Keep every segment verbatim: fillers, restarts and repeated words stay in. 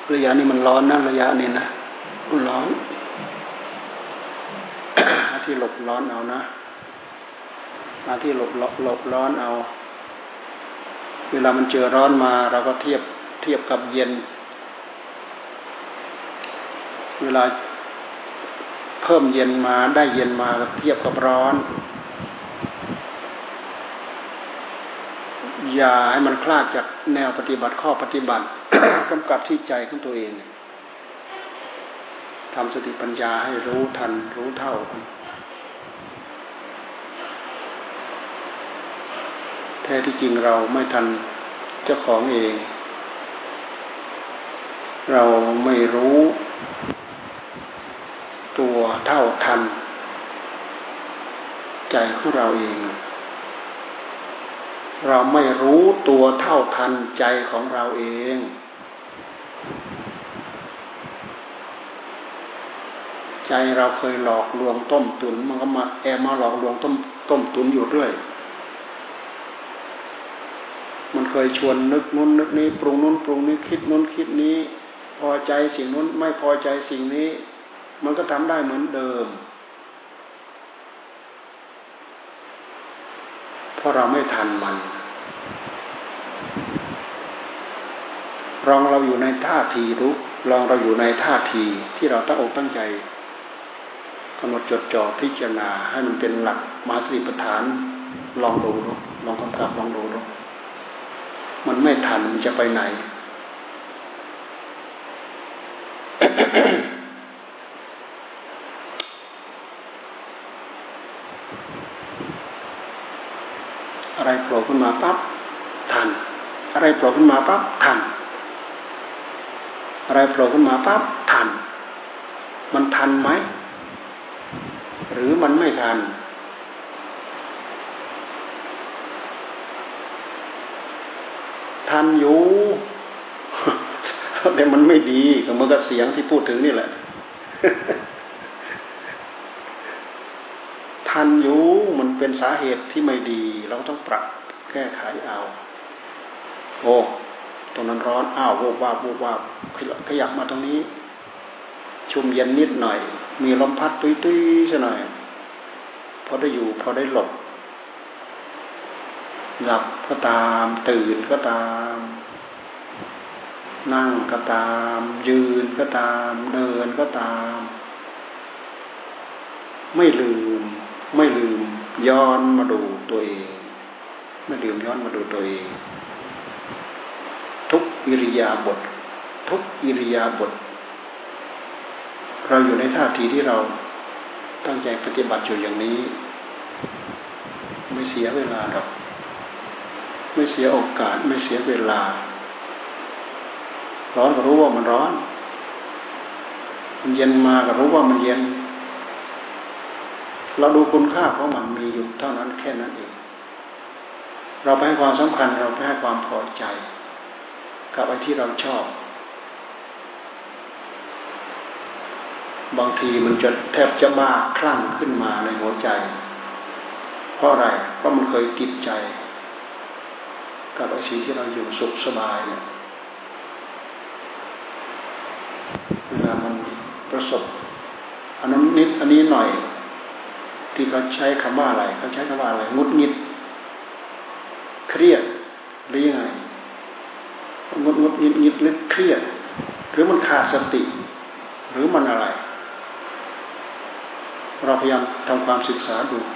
ระยะนี้มันร้อนนะระยะนี้นะมันร้อนที่หลบร้อนเอานะมาที่หลบหลบร้อนเอาเวลามันเจอร้อนมาเราก็เทียบเทียบกับเย็นเวลาเพิ่มเย็นมาได้เย็นมาเทียบกับร้อนอย่าให้มันคลาดจากแนวปฏิบัติข้อปฏิบัติ กำกับที่ใจของตัวเองทำสติปัญญาให้รู้ทันรู้เท่าแท้ที่จริงเราไม่ทันเจ้าของเองเราไม่รู้ตัวเท่าทันใจของเราเองเราไม่รู้ตัวเท่าทันใจของเราเองใจเราเคยหลอกลวงต้มตุ๋นมันก็มาแอบมาหลอกลวงต้มต้มตุ๋นอยู่เรื่อยมันเคยชวนนึกนู้นนึกนี้ปรุงนู้นปรุงนี้คิดนู้นคิดนี้พอใจสิ่งนู้นไม่พอใจสิ่งนี้มันก็ทำได้เหมือนเดิมเพราะเราไม่ทันมันลองเราอยู่ในท่าทีรู้ลองเราอยู่ในท่าทีที่เราตั้งอกตั้งใจกำหนดจดจ่อพิจารณาให้มันเป็นหลักมหาสติปัฏฐานลองดูลองกำกับลองดูดูมันไม่ทันมันจะไปไหน อะไรโผล่ขึ้นมาปั๊บทันอะไรโผล่ขึ้นมาปั๊บทันอะไรโผล่ขึ้นมาปั๊บทันมันทันไหมหรือมันไม่ทันทันอยู่ แต่มันไม่ดีก็เหมือนกับเสียงที่พูดถึงนี่แหละ ทันอยู่มันเป็นสาเหตุที่ไม่ดีเราต้องปรับแก้ไขเอาโอ้ตรงนั้นร้อนอ้าวโวบวาบโวบวาบขยับมาตรงนี้ชุ่มเย็นนิดหน่อยมีลมพัดตุ้ยๆซะหน่อยพอได้อยู่พอได้หลบหลับก็ตามตื่นก็ตามนั่งก็ตามยืนก็ตามเดินก็ตามไม่ลืมไม่ลืมย้อนมาดูตัวเองไม่ลืมย้อนมาดูตัวเองทุกอิริยาบถทุกอิริยาบถเราอยู่ในท่าทีที่เราตั้งใจปฏิบัติอยู่อย่างนี้ไม่เสียเวลาหรอกไม่เสียโอกาสไม่เสียเวลาร้อนก็รู้ว่ามันร้อนมันเย็นมาก็รู้ว่ามันเย็นเราดูคุณค่าของมันมีอยู่เท่านั้นแค่นั้นเองเราไปให้ความสำคัญเราไปให้ความพอใจกับไอ้ที่เราชอบบางทีมันจะแทบจะบ้าคลั่งขึ้นมาในหัวใจเพราะอะไรเพราะมันเคยติดใจกับไอ้สิ่งที่เราอยู่สุขสบายเนี่ยเวลามันประสบอันนั้นนิดอันนี้หน่อยที่เขาใช้คำว่าอะไรเขาใช้คำว่าอะไรงุดงิดเครียดหรือยังไงงุดงุดงิดงิดหรือเครียดหรือมันขาดสติหรือมันอะไรเราพยายามทำความศึกษาดู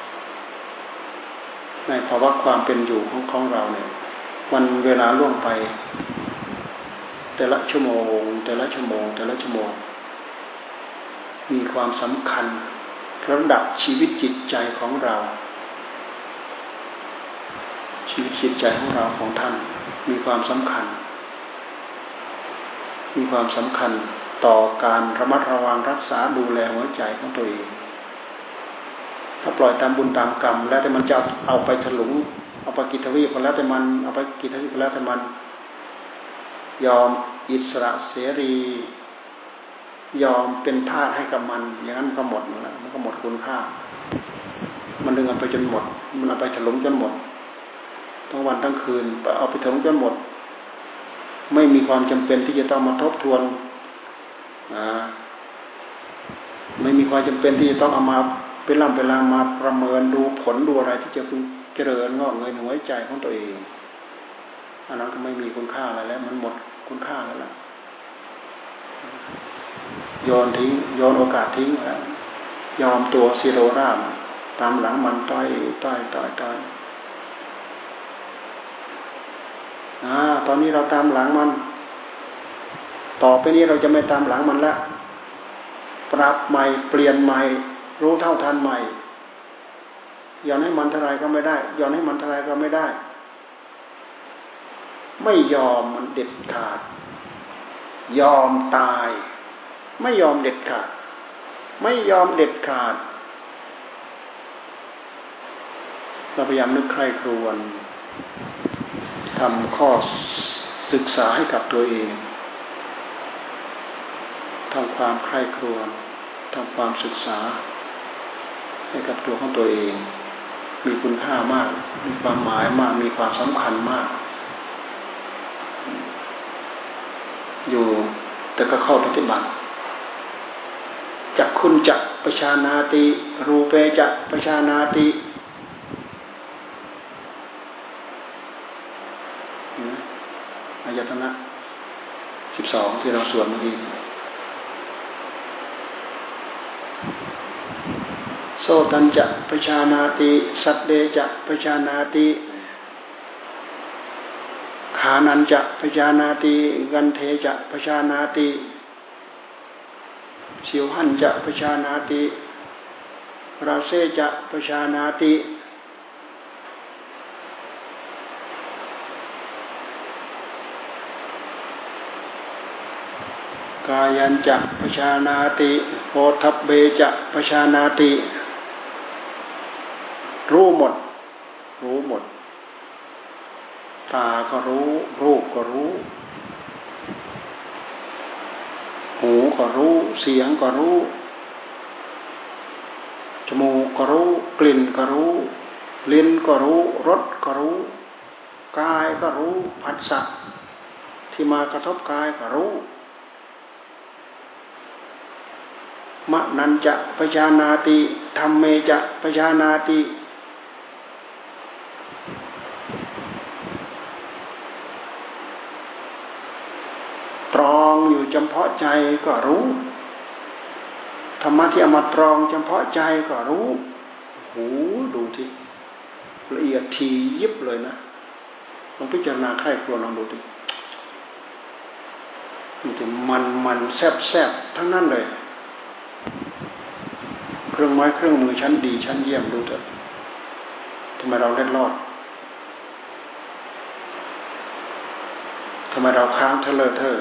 ในภาวะความเป็นอยู่ของของเราเนี่ยวันเวลาล่วงไปแต่ละชั่วโมงแต่ละชั่วโมงแต่ละชั่วโมงมีความสำคัญระดับชีวิตจิตใจของเราชีวิตจิตใจของเราของท่านมีความสำคัญมีความสำคัญต่อการระมัดระวังรักษาดูแลหัวใจของตัวเองถ้าปล่อยตามบุญตามกรรมแล้วแต่มันจะเอาไปถลุงเอาไปกิจทวีปก็แล้วแต่มันเอาไปกิจทวีปก็แล้วแต่มันยอมอิสระเสรียอมเป็นทาสให้กับมันอย่างนั้นมันก็หมดแล้วมันก็หมดคุณค่ามันดึงเอาไปจนหมดมันเอาไปถลุงจนหมดทั้งวันทั้งคืนเอาไปถลุงจนหมดไม่มีความจำเป็นที่จะต้องมาทบทวนไม่มีความจำเป็นที่จะต้องเอามาเป็นลำเป็นลามาประเมินดูผลดูอะไรที่จะพึงเจริญงอกเงยในหัวใจของตัวเองอันนั้นก็ไม่มีคุณค่าอะไรแล้วมันหมดคุณค่าแล้วล่ะโยนทิ้งโยนโอกาสทิ้งแล้วยอมตัวซีโรราบตามหลังมันต้อยต้อยต้อยต้อยอ่าตอนนี้เราตามหลังมันต่อไปนี้เราจะไม่ตามหลังมันแล้วปรับใหม่เปลี่ยนใหม่รู้เท่าทันใหม่ย้อนให้มันเท่าไรก็ไม่ได้ย้อนให้มันเท่าไรก็ไม่ได้ไม่ยอมมันเด็ดขาดยอมตายไม่ยอมเด็ดขาดไม่ยอมเด็ดขาดเราพยายามนึกใคร่ครวญทำข้อศึกษาให้กับตัวเองทำความใคร่ครวญทำความศึกษาให้กับตัวของตัวเองมีคุณค่ามากมีความหมายมากมีความสำคัญมากอยู่แต่ก็เข้าปฏิบัติจักคุณจักประชานาติรูเปจักประชานาติอายตนะสิบสองที่เราสวดเมื่อกี้โสตัญจะประชานาติสัตเดจะประชานาติขานันจะประชานาติกันเทจะประชานาติสิวหันจะประชานาติราเซจะประชานาติกายัญจะประชานาติโพธัพเบจะประชานาติรู้หมดรู้หมดตาก็รู้รูปก็รู้หูก็รู้เสียงก็รู้จมูกก็รู้กลิ่นก็รู้ลิ้นก็รู้รสก็รู้กายก็รู้ผัสสะที่มากระทบกายก็รู้มะนันจะประชานาติธัมเมจะประชานาติตรองอยู่เฉพาะใจก็รู้ธรรมะที่เอามาตรองเฉพาะใจก็รู้โอ้โหดูที่ละเอียดถี่ยิบเลยนะลองพิจารณาใคร่ครวญลองดูดิมีแต่มันมันแซ่บแซ่บทั้งนั้นเลยเครื่องไม้เครื่องมือชั้นดีชั้นเยี่ยมดูเถอะทำไมเราเล่นรอดทำไมเราค้างเทเลอเทอ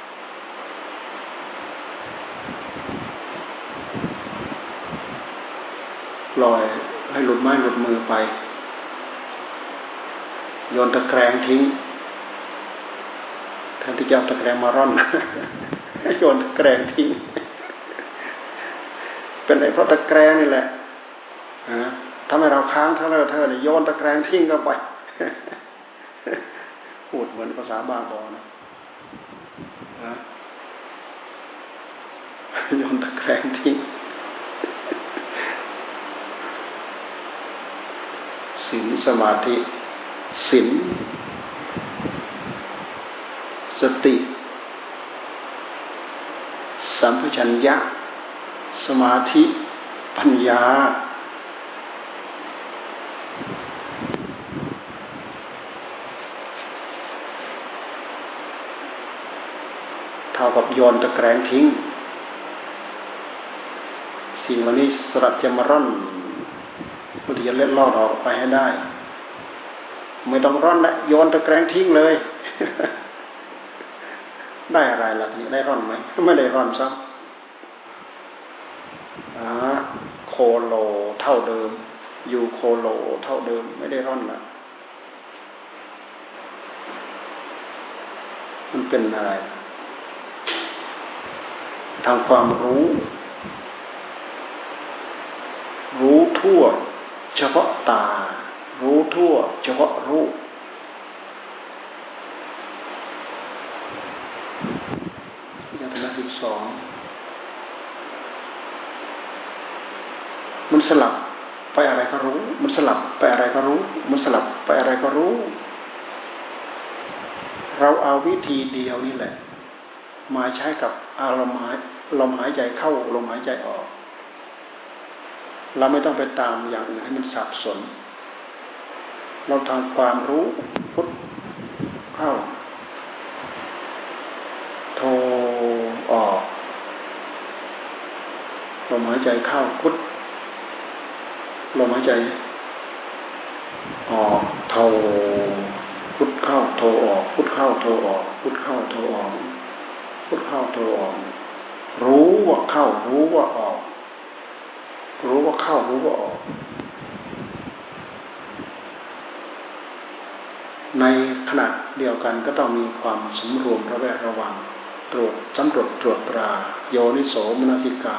ปล่อยให้หลุดไม้หลุดมือไปโยนตะแกรงทิ้งแทนที่จะเอาตะแกรงมาร่อนโยนตะแกรงทิ้งเป็นไอ้เพราะตะแกรงนี่แหละทำให้เราค้างเทเลอเทอเนี่ยโยนตะแกรงทิ้งเข้าไปพูดเหมือนภาษาบ้าบอนะโยนตะแกรงทิ้งศีลสมาธิศีลสติสัมปชัญญะสมาธิปัญญาเท่ากับโยนตะแกรงทิ้งสิ่งวันนี้สลัดจะมาร่อนพุทธิจะเล็ดลอดออกไปให้ได้ไม่ต้องร่อนละโยนตะแกรงทิ้งเลยได้อะไรล่ะทีนี้ได้ร่อนไหมไม่ได้ร่อนซ้ำอ่าโคโลเท่าเดิมอยู่โคโลเท่าเดิมไม่ได้ร่อนละมันเป็นอะไรทางความรู้รู้ทั่วเฉพาะตารู้ทั่วเฉพาะรูปอันละสิบสองมันสลับไปอะไรก็รู้มันสลับไปอะไรก็รู้มันสลับไปอะไรก็รู้เราเอาวิธีเดียวนี่แหละมาใช้กับอารมณ์หายลมหายใจเข้าลมหายใจออกเราไม่ต้องไปตามอย่างอื่นให้มันสับสนเราทำความรู้พุทเข้าโทออกลมหายใจเข้าพุทลมหายใจออกโทพุทเข้าโทออกพุทเข้าโทออกพุทเข้าโทออกพุทเข้าโทออกรู้ว่าเข้ารู้ว่าออกรู้ว่าเข้ารู้ว่าออกในขณะเดียวกันก็ต้องมีความสำรวมระแวดระวังตรวจสำรวจตรวจตราโยนิโสมนสิกา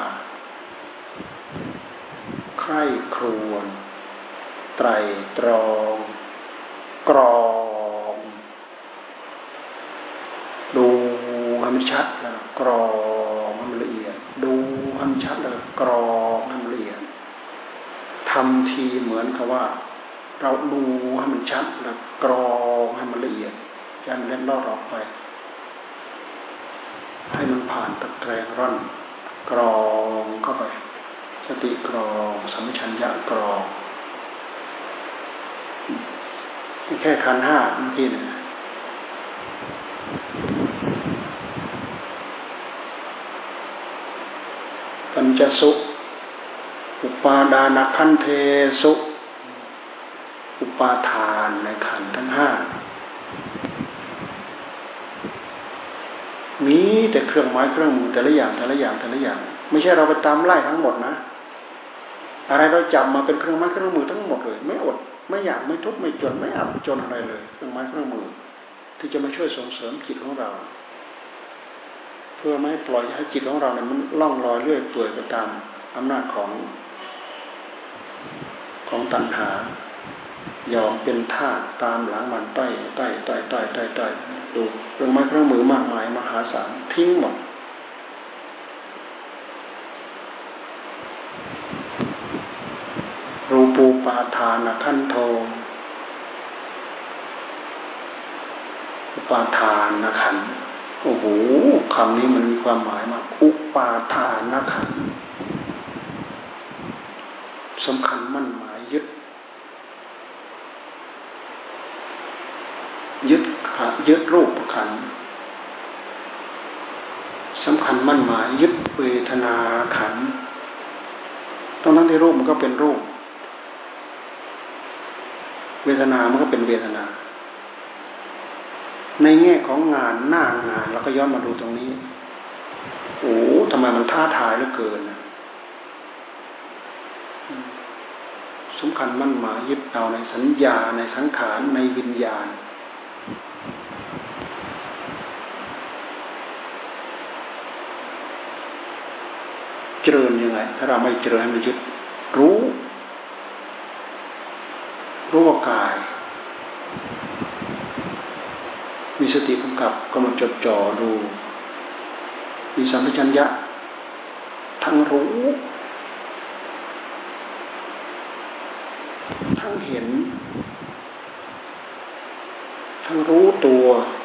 ใคร่ครวญไตรตรองกรองดูให้มันชัดแล้วกรองให้มันละเอียดดูให้มันชัดแล้วกรองให้มันละเอียดทำทีเหมือนกับว่าเราดูให้มันชัดแล้วกรองให้มันละเอียดยันเล็ดลอดออกไปให้มันผ่านตะแกรงร่อนกรองเข้าไปสติกรองสัมปชัญญะกรองแค่ขันธ์ห้าเมื่อกี้เนี่ยปัญจสุอุปาดานขันเทสุอุปาทานในขันธ์ทั้งห้ามีแต่เครื่องไม้เครื่องมือแต่ละอย่างแต่ละอย่างแต่ละอย่างไม่ใช่เราไปตามไล่ทั้งหมดนะอะไรเราจับมาเป็นเครื่องไม้เครื่องมือทั้งหมดเลยไม่อดไม่อยากไม่ทุกข์ไม่จนไม่อับจนอะไรเลยเครื่องไม้เครื่องมือที่จะมาช่วยส่งเสริมจิตของเราเพื่อไม่ปล่อยให้จิตของเราเนี่ยมันล่องลอยเรื่อยเปื่อยไปตามอำนาจของของตัณหายอมเป็นทาสตามหลังมันใต้ใต้ใต้ใต้ใต้ใต้ดูเครื่องไม้เครื่องมือมากมายมหาศาลทิ้งหมดรูปูปาทานขันโทอุปาทานขันธ์โอ้โหคำนี้มันมีความหมายมากอุปาทานขันธ์สำคัญมั่นหมายยึดยึดขันยึดรูปขันธ์สำคัญมั่นหมายยึดเวทนาขันธ์ทั้งทั้งที่รูปมันก็เป็นรูปเวทนามันก็เป็นเวทนาในแง่ของงานหน้างานเราก็ย้อนมาดูตรงนี้โอ้ทำไมมันท้าทายเหลือเกินสำคัญมั่นหมายยึดเอาในสัญญาในสังขารในวิญญาณเจริญยังไงถ้าเราไม่เจริญให้มันยึดรู้รู้ว่ากายมีสติกำกับกำหนดจดจ่อดูมีสัมปชัญญะทั้งรู้ทั้งเห็นทั้งรู้ตัว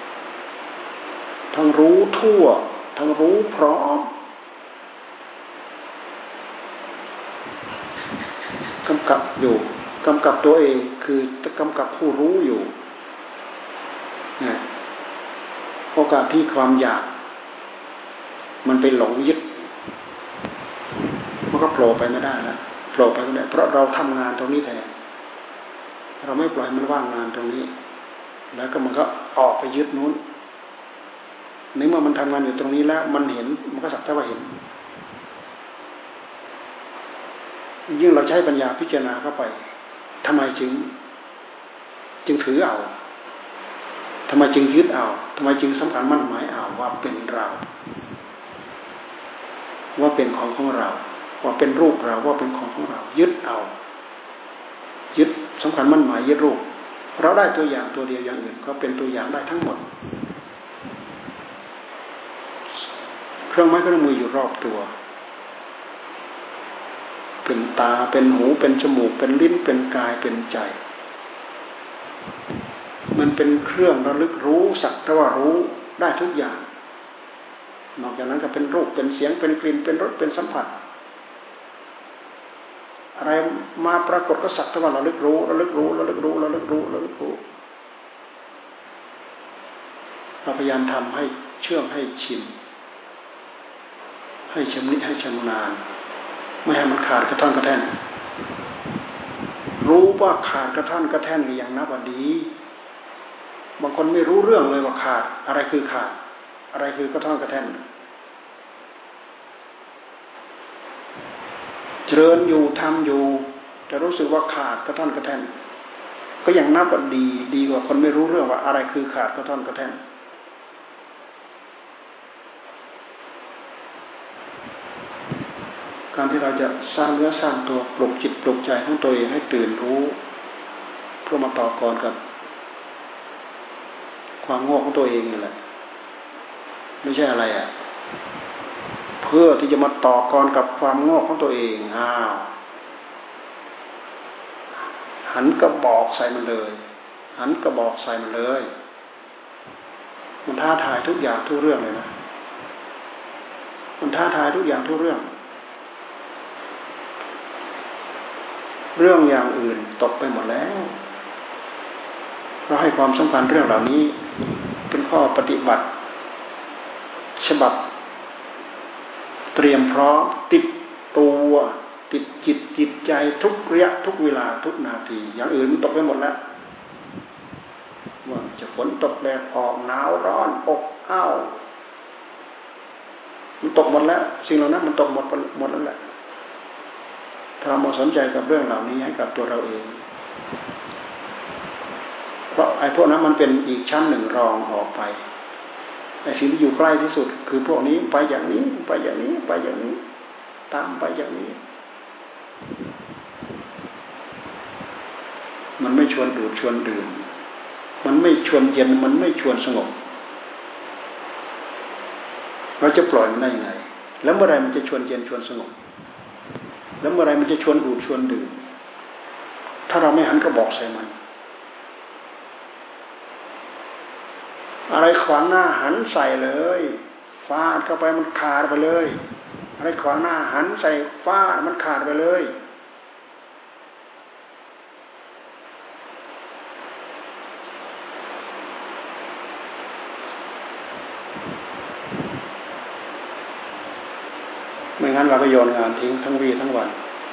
ทั้งรู้ทั่วทั้งรู้พร้อมกำกับอยู่กำกับตัวเองคือกำกับผู้รู้อยู่เนี่ยโอกาสที่ความอยากมันไปหลงยึดมันก็โผล่ไปไม่ได้แล้วโผล่ไปไม่ได้เพราะเราทำงานตรงนี้แทนเราไม่ปล่อยมันว่างงานตรงนี้แล้วก็มันก็ออกไปยึดนู้นในเมื่อมันทำงานอยู่ตรงนี้แล้วมันเห็นมันก็สักแต่ว่าเห็นยิ่งเราใช้ปัญญาพิจารณาเข้าไปทำไมจึงจึงถือเอาทำไมจึงยึดเอาทำไมจึงสำคัญมั่นหมายเอาว่าเป็นเราว่าเป็นของของเราว่าเป็นรูปเราว่าเป็นของของเรายึดเอายึดสำคัญมั่นหมายยึดรูปเราได้ตัวอย่างตัวเดียวอย่างอื่นก็เป็นตัวอย่างได้ทั้งหมดเครื่องไม้เครื่องมืออยู่รอบตัวเป็นตาเป็นหูเป็นจมูกเป็นลิ้นเป็นกายเป็นใจมันเป็นเครื่องระลึกรู้สักแต่ว่ารู้ได้ทุกอย่างนอกจากนั้นก็เป็นรูปเป็นเสียงเป็นกลิ่นเป็นรสเป็นสัมผัสอะไรมาปรากฏก็สักแต่ว่าระลึกรู้ระลึกรู้ระลึกรู้ระลึกรู้ระลึกรู้เราพยายามทำให้เชื่องให้ชินให้ชำนิให้ชำนาญไม่ให้มันขาดกระท่อนกระแท่นรู้ว่าขาดกระท่อนกระแท่นอย่างนับว่าดีบางคนไม่รู้เรื่องเลยว่าขาดอะไรคือขาดอะไรคือกระท่อนกระแท่นเจริญอยู่ทำอยู่แต่รู้สึกว่าขาดกระท่อนกระแท่นก็ยังนับว่าดีดีกว่าคนไม่รู้เรื่องว่าอะไรคือขาดกระท่อนกระแท่นการที่เราจะสร้างเนื้อสร้างตัวปลุกจิตปลุกใจของตัวเองให้ตื่นรู้เพื่อมาต่อกรกับความโง่ของตัวเองนี่แหละไม่ใช่อะไรอ่ะเพื่อที่จะมาต่อกรกับความโง่ของตัวเองอ้าวหันกระบอกใส่มันเลยหันกระบอกใส่มันเลยมันท้าทายทุกอย่างทุกเรื่องเลยนะมันท้าทายทุกอย่างทุกเรื่องเรื่องอย่างอื่นตกไปหมดแล้วเราให้ความสำคัญเรื่องเหล่านี้เป็นข้อปฏิบัติฉบับเตรียมพร้อมติดตัวติดจิตจิตใจทุกระยะทุกเวลาทุกนาทีอย่างอื่นมันตกไปหมดแล้วว่าจะฝนตกแดดออกหนาวร้อนอบอ้าวมันตกหมดแล้วสิ่งเหล่านั้นมันตกหมดหมดแล้วแหละถ้าเรามาสนใจกับเรื่องเหล่านี้ให้กับตัวเราเองเพราะไอ้พวกนั้นมันเป็นอีกชั้นหนึ่งรองออกไปไอ้สิ่งที่อยู่ใกล้ที่สุดคือพวกนี้ไปอย่างนี้ไปอย่างนี้ไปอย่างนี้ตามไปอย่างนี้มันไม่ชวนดูดชวนดื่มมันไม่ชวนเย็นมันไม่ชวนสงบเราจะปล่อยมันได้ยังไงแล้วเมื่อไรมันจะชวนเย็นชวนสงบแล้วเมื่อไรมันจะชวนดูดชวนดื่มถ้าเราไม่หันกระบอกใส่มันอะไรขวางหน้าหันใส่เลยฟาดเข้าไปมันขาดไปเลยอะไรขวางหน้าหันใส่ฟาดมันขาดไปเลยไม่งั้นเราก็โยนงานทิ้งทั้งวีทั้งวัน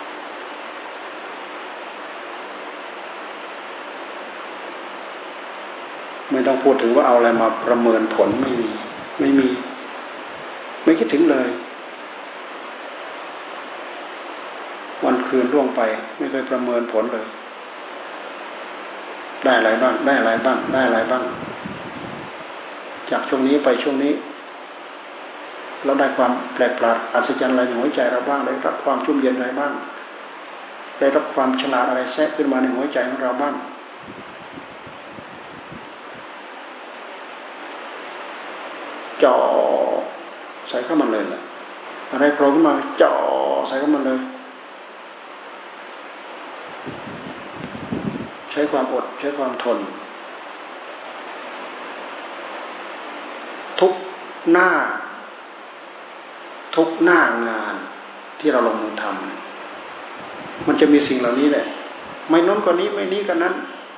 ไม่ต้องพูดถึงว่าเอาอะไรมาประเมินผลไม่มีไม่มีไม่คิดถึงเลยวันคืนล่วงไปไม่เคยประเมินผลเลยได้อะไรบ้างได้อะไรบ้างได้อะไรบ้างจากช่วงนี้ไปช่วงนี้เราได้ความแปลกประหลาดอัศจรรย์อะไรในหัวใจเราบ้างได้รับความชุ่มเย็นอะไรบ้างได้รับความฉลาดอะไรแทรกขึ้นมาในหัวใจของเราบ้างจ่อใส่เข้ามันเลยแหละอะไรโผล่ขึ้นมาจ่อใส่เข้ามันเลยใช้ความอดใช้ความทนทุกหน้าทุกหน้างานที่เราลงมือทำมันจะมีสิ่งเหล่านี้แหละไม่น้นกว่านี้ไม่นี้กันนั้น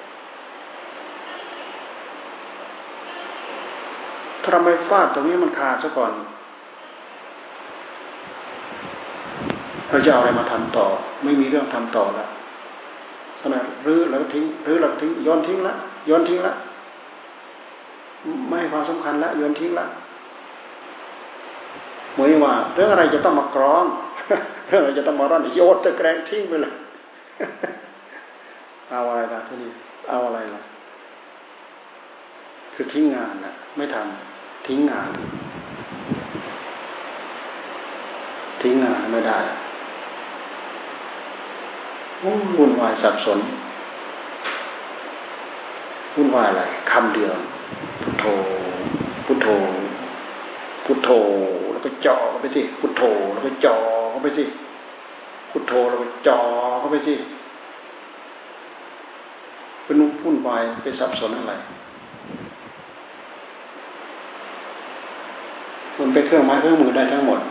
ถ้าเราไม่ฟาดตรงนี้มันขาดซะก่อนเราจะเอาอะไรมาทำต่อไม่มีเรื่องทำต่อแล้วขนาดรื้อแล้วก็ทิ้งรื้อแล้วก็ทิ้งโยนทิ้งละโยนทิ้งละไม่ให้ความสำคัญละโยนทิ้งละเหมือนว่าเรื่องอะไรจะต้องมากรองเรื่องอะไรจะต้องมาร่อนโยนตะแกรงทิ้งไปเลยเอาอะไรล่ะทีนี้เอาอะไรล่ะคือทิ้งงานน่ะไม่ทำทิ้งงานทิ้งงานไม่ได้วุ่นวายสับสนวุ่นวายอะไรคำเดียวพุทโธพุทโธพุทโธก็จ่อเข้าไปสิพุทโธแล้วก็จ่อเข้าไปสิพุทโธแล้วก็จ่อเข้าไปสิเป็นนุ่งพุ่นวายไปสับสนอะไรมันเป็นเครื่องไม้เครื่องมือได้ทั้งหมด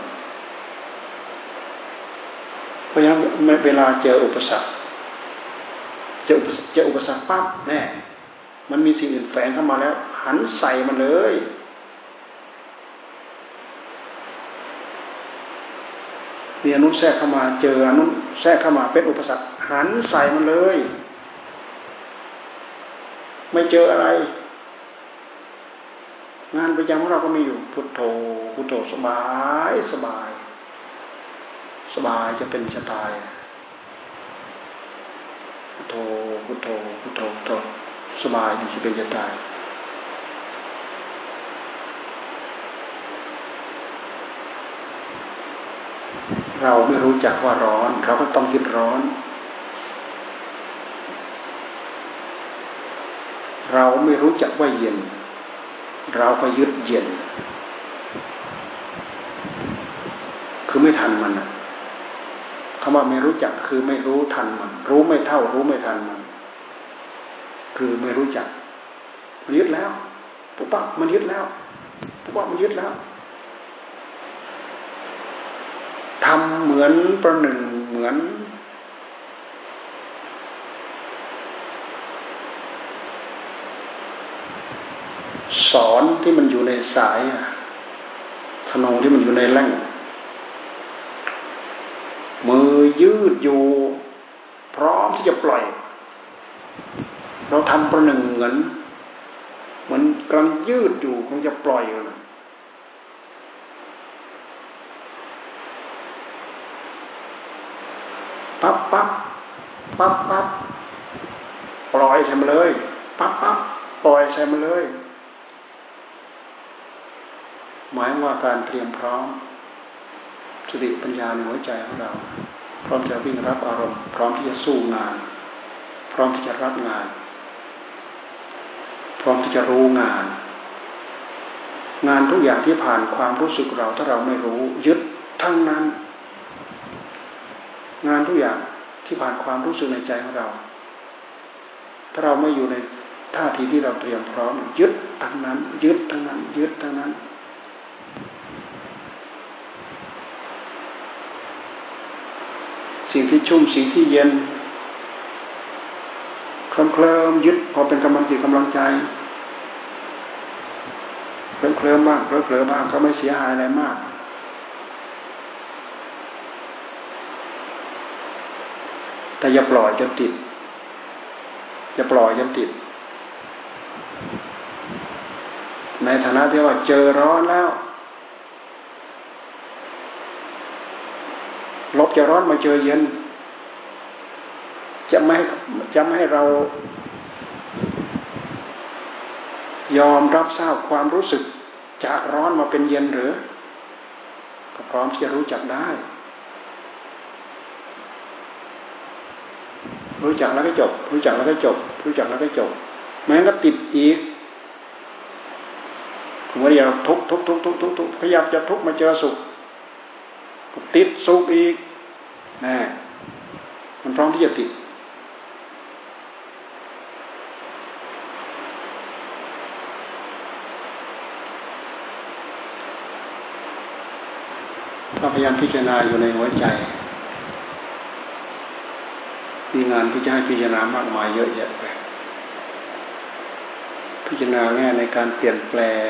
เพราะฉะนั้นเวลาเจออุปสรรคเจอเจออุปสรรคปั๊บแน่มันมีสิ่งอื่นแฝงเข้ามาแล้วหันใส่มันเลยมีอนุแทรกเข้ามาเจออนุแทรกเข้ามาเป็นอุปสรรคหันใส่มันเลยไม่เจออะไรงานประจำของเราก็มีอยู่พุทโธพุทโธสบายสบายสบายจะเป็นจะตายพุทโธพุทโธพุทโธพุทโธสบายจะเป็นจะตายเราไม่รู้จักว่าร้อนเราก็ต้องยึดร้อนเราไม่รู้จักว่าเย็นเราก็ยึดเย็นคือไม่ทันมันนะคำว่าไม่รู้จักคือไม่รู้ทันมันรู้ไม่เท่ารู้ไม่ทันมันคือไม่รู้จักมันยึดแล้วปุ๊บปั๊บมันยึดแล้วปุ๊บปั๊บมันยึดแล้วทำเหมือนประหนึ่งเหมือนสอนที่มันอยู่ในสายธนูที่มันอยู่ในแร่งมือยืดอยู่พร้อมที่จะปล่อยเราทำประหนึ่งเหมือนเหมือนกำลังยืดอยู่คงจะปล่อยนะปั๊บปั๊บปั๊บปั๊บปล่อยใส่มาเลยปั๊บปั๊บปล่อยใส่มาเลยหมายว่าการเตรียมพร้อมสติปัญญาในหัวใจของเราพร้อมจะวิ่งรับอารมณ์พร้อมที่จะสู้งานพร้อมที่จะรับงานพร้อมที่จะรู้งานงานทุกอย่างที่ผ่านความรู้สึกเราถ้าเราไม่รู้ยึดทั้งนั้นงานทุกอย่างที่ผ่านความรู้สึกในใจของเราถ้าเราไม่อยู่ในท่าทีที่เราเตรียมพร้อมยึดทั้งนั้นยึดทั้งนั้นยึดทั้งนั้นสิ่งที่ชุ่มสิ่งที่เย็นเคลิ้มเคลิ้มยึดพอเป็นกำลังจิตกำลังใจเคลิ้มเคลิ้มบ้างเคลิ้มเคลิ้มบ้างก็ไม่เสียหายอะไรมากแต่อย่าปล่อยจนติดอย่าปล่อยจนติดในฐานะที่ว่าเจอร้อนแล้วลบจะร้อนมาเจอเย็นจะไม่จะไม่ให้เรายอมรับทราบความรู้สึกจากร้อนมาเป็นเย็นหรือก็พร้อมที่จะรู้จักได้รู้จักแล้วก็จบรู้จักแล้วก็จบรู้จักแล้วก็จบแม้ก็ติดอีกผมว่าอย่าทุกทุกทุกทุกทุกทุกพยายามจะทุกมาเจอสุขติดสุขอีกนะมันพร้อมที่จะติดก็พยายามพิจารณาอยู่ในหัวใจมีงานที่จะให้พิจารณามากมายเยอะแยะไปพิจารณาแง่ในการเปลี่ยนแปลง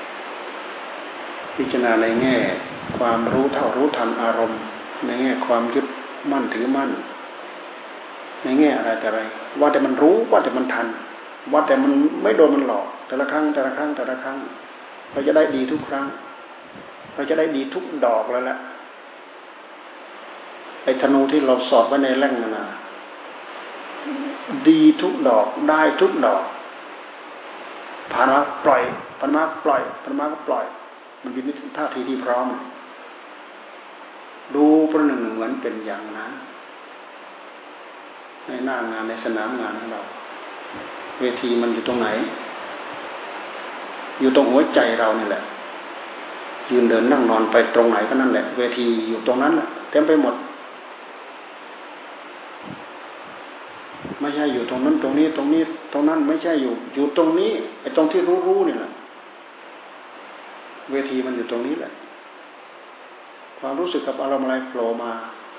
พิจารณาในแง่ความรู้เท่ารู้ทันอารมณ์ในแง่ความยึดมั่นถือมั่นในแง่อะไรแต่อะไรว่าแต่มันรู้ว่าแต่มันทันว่าแต่มันไม่โดนมันหลอกแต่ละครั้งแต่ละครั้งแต่ละครั้งเราจะได้ดีทุกครั้งเราจะได้ดีทุกดอกแล้วแหละไอ้ธนูที่เราสอดไว้ในแร่งนั่นนะดีทุกดอกได้ทุกดอกผ่านมาปล่อยผ่านมาปล่อยผ่านมาก็ปล่อยมันเป็นท่าทีที่พร้อมดูประหนึ่งเหมือนเป็นอย่างนั้นในหน้างานในสนามงานของเราเวทีมันอยู่ตรงไหนอยู่ตรงหัวใจเรานี่แหละยืนเดินนั่งนอนไปตรงไหนก็นั่นแหละเวทีอยู่ตรงนั้นแหละเต็มไปหมดไม่ใช่อยู่ตรงนั้นตรงนี้ตรงนี้ตรงนั้นไม่ใช่อยู่อยู่ตรงนี้ไอ้ตรงที่รู้ๆนี่แหละเวทีมันอยู่ตรงนี้แหละความรู้สึกกับอารมณ์อะไรโผล่มา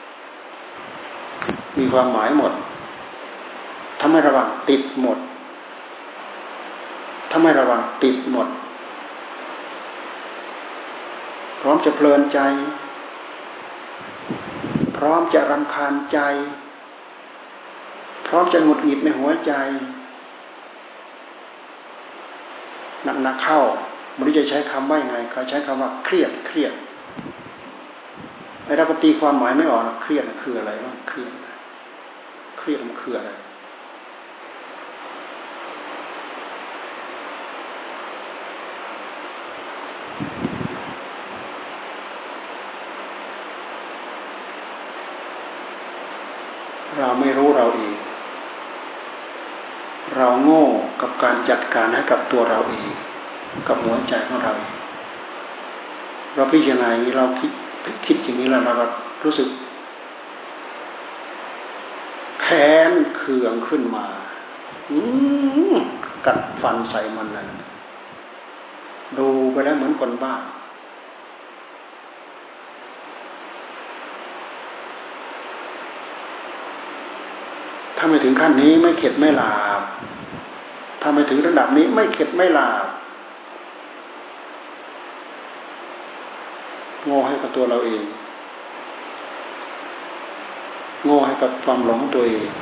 มีความหมายหมดถ้าไม่ระวังติดหมดถ้าไม่ระวังติดหมดพร้อมจะเพลินใจพร้อมจะรำคาญใจพร้อมจะหงุดหงิดในหัวใจหนักๆเข้าไม่รู้จะใช้คำว่ายังไงเขาใช้คำว่าเครียดเครียดไอ้เราก็ตีความหมายไม่ออกเครียดคืออะไรวะเครียดเครียดมันคืออะไรเราไม่รู้เราเองเราโง่กับการจัดการให้กับตัวเราเองกับหัวใจของเราเราพิจารณาอย่างนี้เราคิดคิดอย่างนี้แล้วเราก็รู้สึกแค้นเคืองขึ้นมากัดฟันใส่มันเลยดูไปแล้วเหมือนคนบ้าถ้าไม่ถึงขั้นนี้ไม่เข็ดไม่หลาบถ้าไม่ถึงระดับนี้ไม่เข็ดไม่หลาบโง่ให้กับตัวเราเองโง่ให้กับความหลงตัวเอง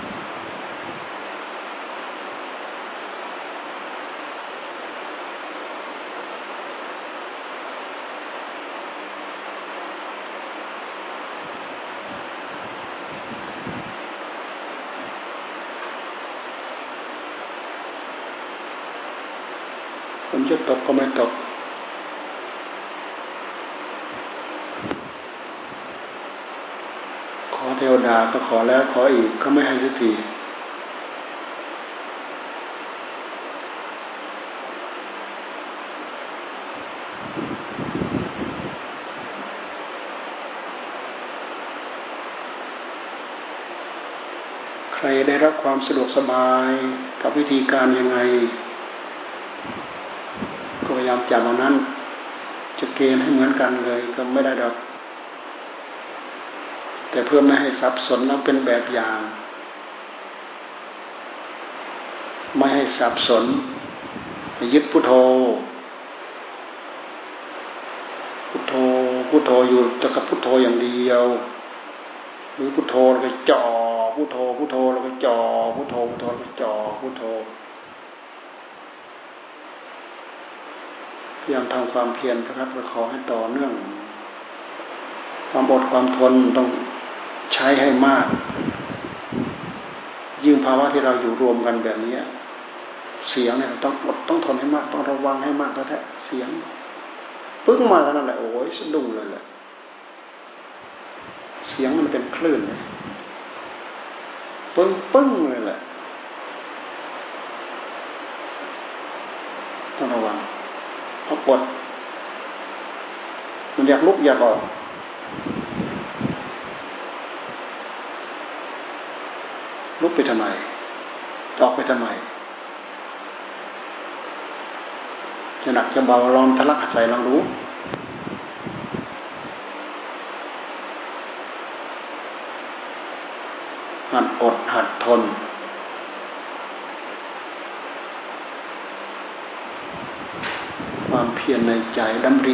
ฝนจะตกก็ไม่ตกขอเทวดาก็ขอแล้วขออีกก็ไม่ให้สักทีใครได้รับความสะดวกสบายกับวิธีการยังไงก็พยายามจับเอานั้นจะเกณฑ์ให้เหมือนกันเลยก็ไม่ได้ดอกแต่เพื่อไม่ให้สับสนแล้วเป็นแบบอย่างไม่ให้สับสนยึดพุทโธพุทโธพุทโธอยู่แต่กับพุทโธอย่างเดียวหรือพุทโธแล้วก็จ่อพุทโธพุทโธแล้วก็จ่อพุทโธพุทโธแล้วก็จ่อพุทโธพยายามทำความเพียรนะครับประคองให้ต่อเนื่องความอดความทนต้องใช้ให้มากยิ่งภาวะที่เราอยู่รวมกันแบบนี้เสียงเนี่ยต้องอดต้องทนให้มากต้องระวังให้มากแท้ๆเสียงปึ้งมาแล้วนั่นแหละโอ้ยสะดุ้งเลยแหละเสียงมันเป็นคลื่นเลยปึ้งปึ้งเลยแหละต้องระวังเพราะกดมันอยากลุกอยากออกลุกไปทำไมออกไปทำไมจะหนักจะเบาลองทะลักใส่ลองรู้หัดอดหัดทนความเพียรในใจดำริ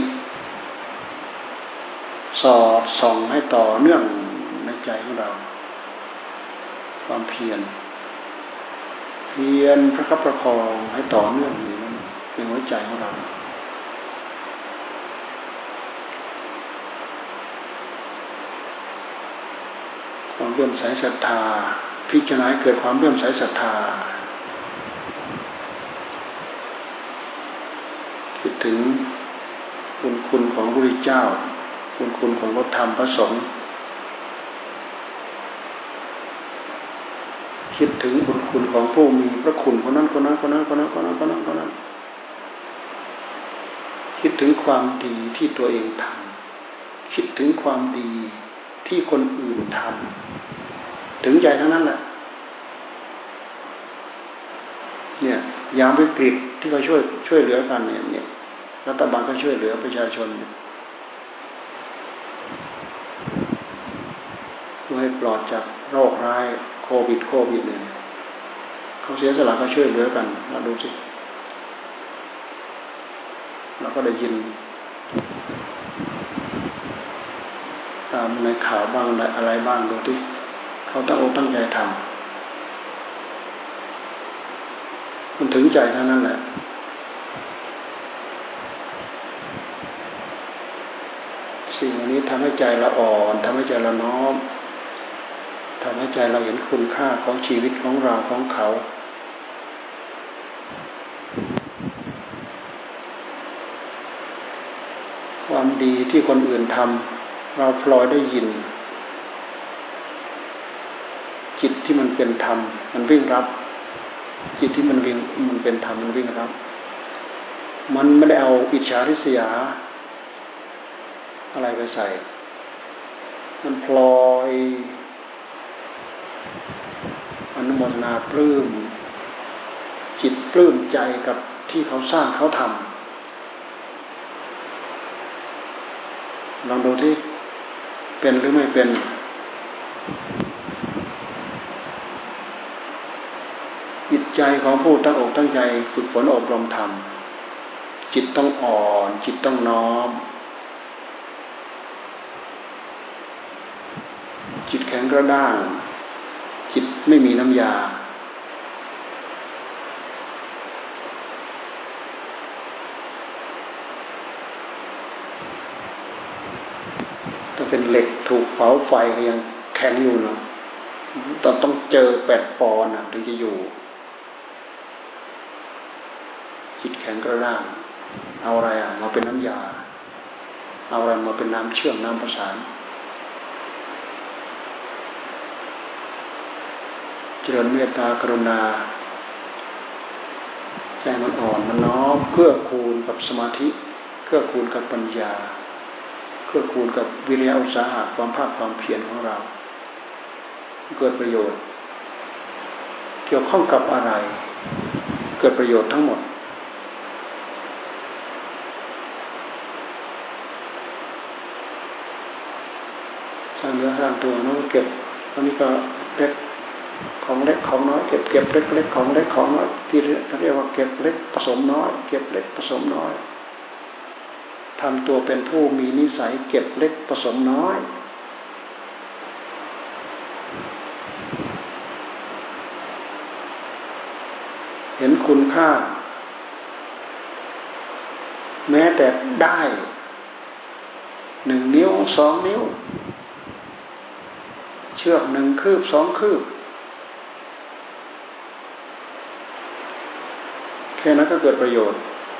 สอดส่องให้ต่อเนื่องในใจของเราความเพียรเพียรประคับประคองให้ต่อเนื่องอยู่นั้นในหัวใจของเราความเลื่อมใสศรัทธาพิจารณาให้เกิดความเลื่อมใสศรัทธาคิดถึงคุณคุณของพระพุทธเจ้าคุณคุณของพระธรรมพระสงฆ์คิดถึงบุญคุณของผู้มีพระคุณคนนั้นคนนั้นคนนั้นคนนั้นคนนั้นคนนั้นคนนั้นคคิดถึงความดีที่ตัวเองทำคิดถึงความดีที่คนอื่นทำถึงใจทั้งนั้นแหละเนี่ยยามวิกฤตที่เขาช่วยช่วยเหลือกันเนี่ยเนี่ยรัฐบาลก็ช่วยเหลือประชาชนเพื่อให้ปลอดจากโรคร้ายโควิดโควิดเนี่ยเขาเสียสละเขาช่วยเหลือกันเราดูสิเราก็ได้ยินตามในข่าวบ้างอะไรบ้างดูที่เขาตั้งอกตั้งใจทำมันถึงใจเท่านั้นแหละสิ่งนี้ทำให้ใจเราอ่อนทำให้ใจเราน้อมทำให้ใจเราเห็นคุณค่าของชีวิตของเราของเขาความดีที่คนอื่นทำเราพลอยได้ยินจิตที่มันเป็นธรรมมันวิ่งรับจิตที่มันวิ่งมันเป็นธรรมมันวิ่งรับมันไม่ได้เอาอิจฉาริษยาอะไรไปใส่มันพลอยอนุโมทนาปลื้มจิตปลื้มใจกับที่เขาสร้างเขาทำลองดูที่เป็นหรือไม่เป็นจิตใจของผู้ตั้งอกตั้งใจฝึกฝนอบรมธรรมจิตต้องอ่อนจิตต้องน้อมจิตแข็งกระด้างจิตไม่มีน้ำยาถ้าเป็นเหล็กถูกเผาไฟก็ยังแข็งอยู่เนาะต้องต้องเจอแปดปอนด์ถึงจะอยู่จิตแข็งกระด้างเอาอะไรอ่ะมาเป็นน้ำยาเอาอะไรมาเป็นน้ำเชื่อมน้ำประสานเจริญเมตตากรุณาใจมันอ่อนมันน้อมเกื้อกูลกับสมาธิเกื้อกูลกับปัญญาเกื้อกูลกับวิริยะอุตสาหะความภาคความเพียรของเราเกิดประโยชน์เกี่ยวข้องกับอะไรเกิดประโยชน์ทั้งหมดสร้างเนื้อสร้างตัวน้องเก็บอันนี้ก็เล็กของเล็กของน้อยเก็บเก็บเล็กเล็กของเล็กของน้อยที่เรียกว่าเก็บเล็กผสมน้อยเก็บเล็กผสมน้อยทำตัวเป็นผู้มีนิสัยเก็บเล็กผสมน้อยเห็นคุณค่าแม้แต่ได้หนึ่งนิ้วสองนิ้วเชือกหนึ่งคืบสองคืบแค่นั้นก็เกิดประโยชน์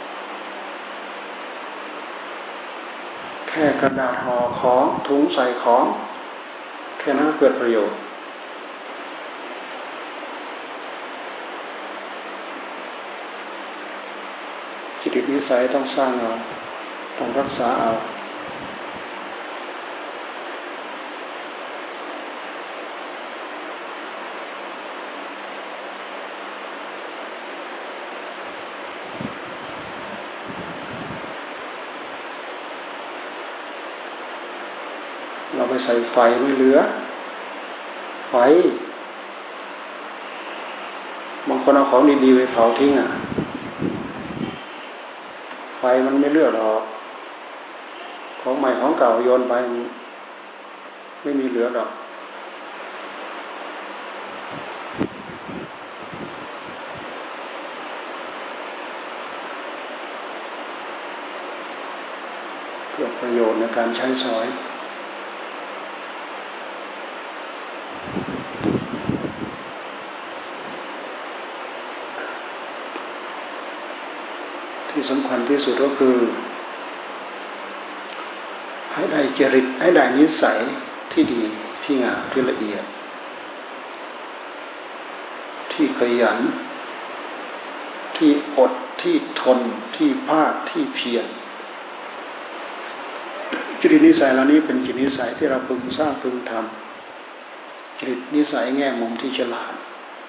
แค่กระดาษห่อของถุงใส่ของแค่นั้นก็เกิดประโยชน์จิตนิสัยต้องสร้างเอาต้องรักษาเอาเราไปใส่ไฟไม่เหลือไฟบางคนเอาของดีๆไปเผาทิ้งอ่ะไฟมันไม่เลือกหรอกของใหม่ของเก่าโยนไปไม่มีเหลือหรอกเกิดประโยชน์ในการใช้สอยที่สำคัญที่สุดก็คือให้ได้จริตให้ได้นิสัยที่ดีที่งามที่ละเอียดที่ขยันที่อดที่ทนที่ภาคที่เพียรจริตนิสัยเหล่านี้เป็นจริตนิสัยที่เราพึงสร้างพึงทำจริตนิสัยแง่มุมที่ฉลาด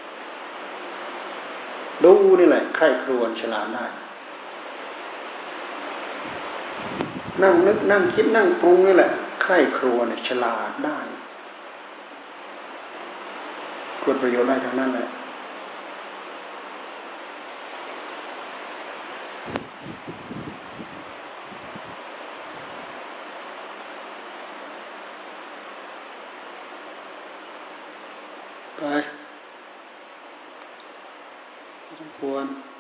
ดูนี่แหละใคร่ครวญฉลาดได้นั่งนึกนั่งคิดนั่งปรุงนี่แหละใคร่ครวญฉลาดได้เกิดประโยชน์ได้ทั้งนั้นแหละไปสมควร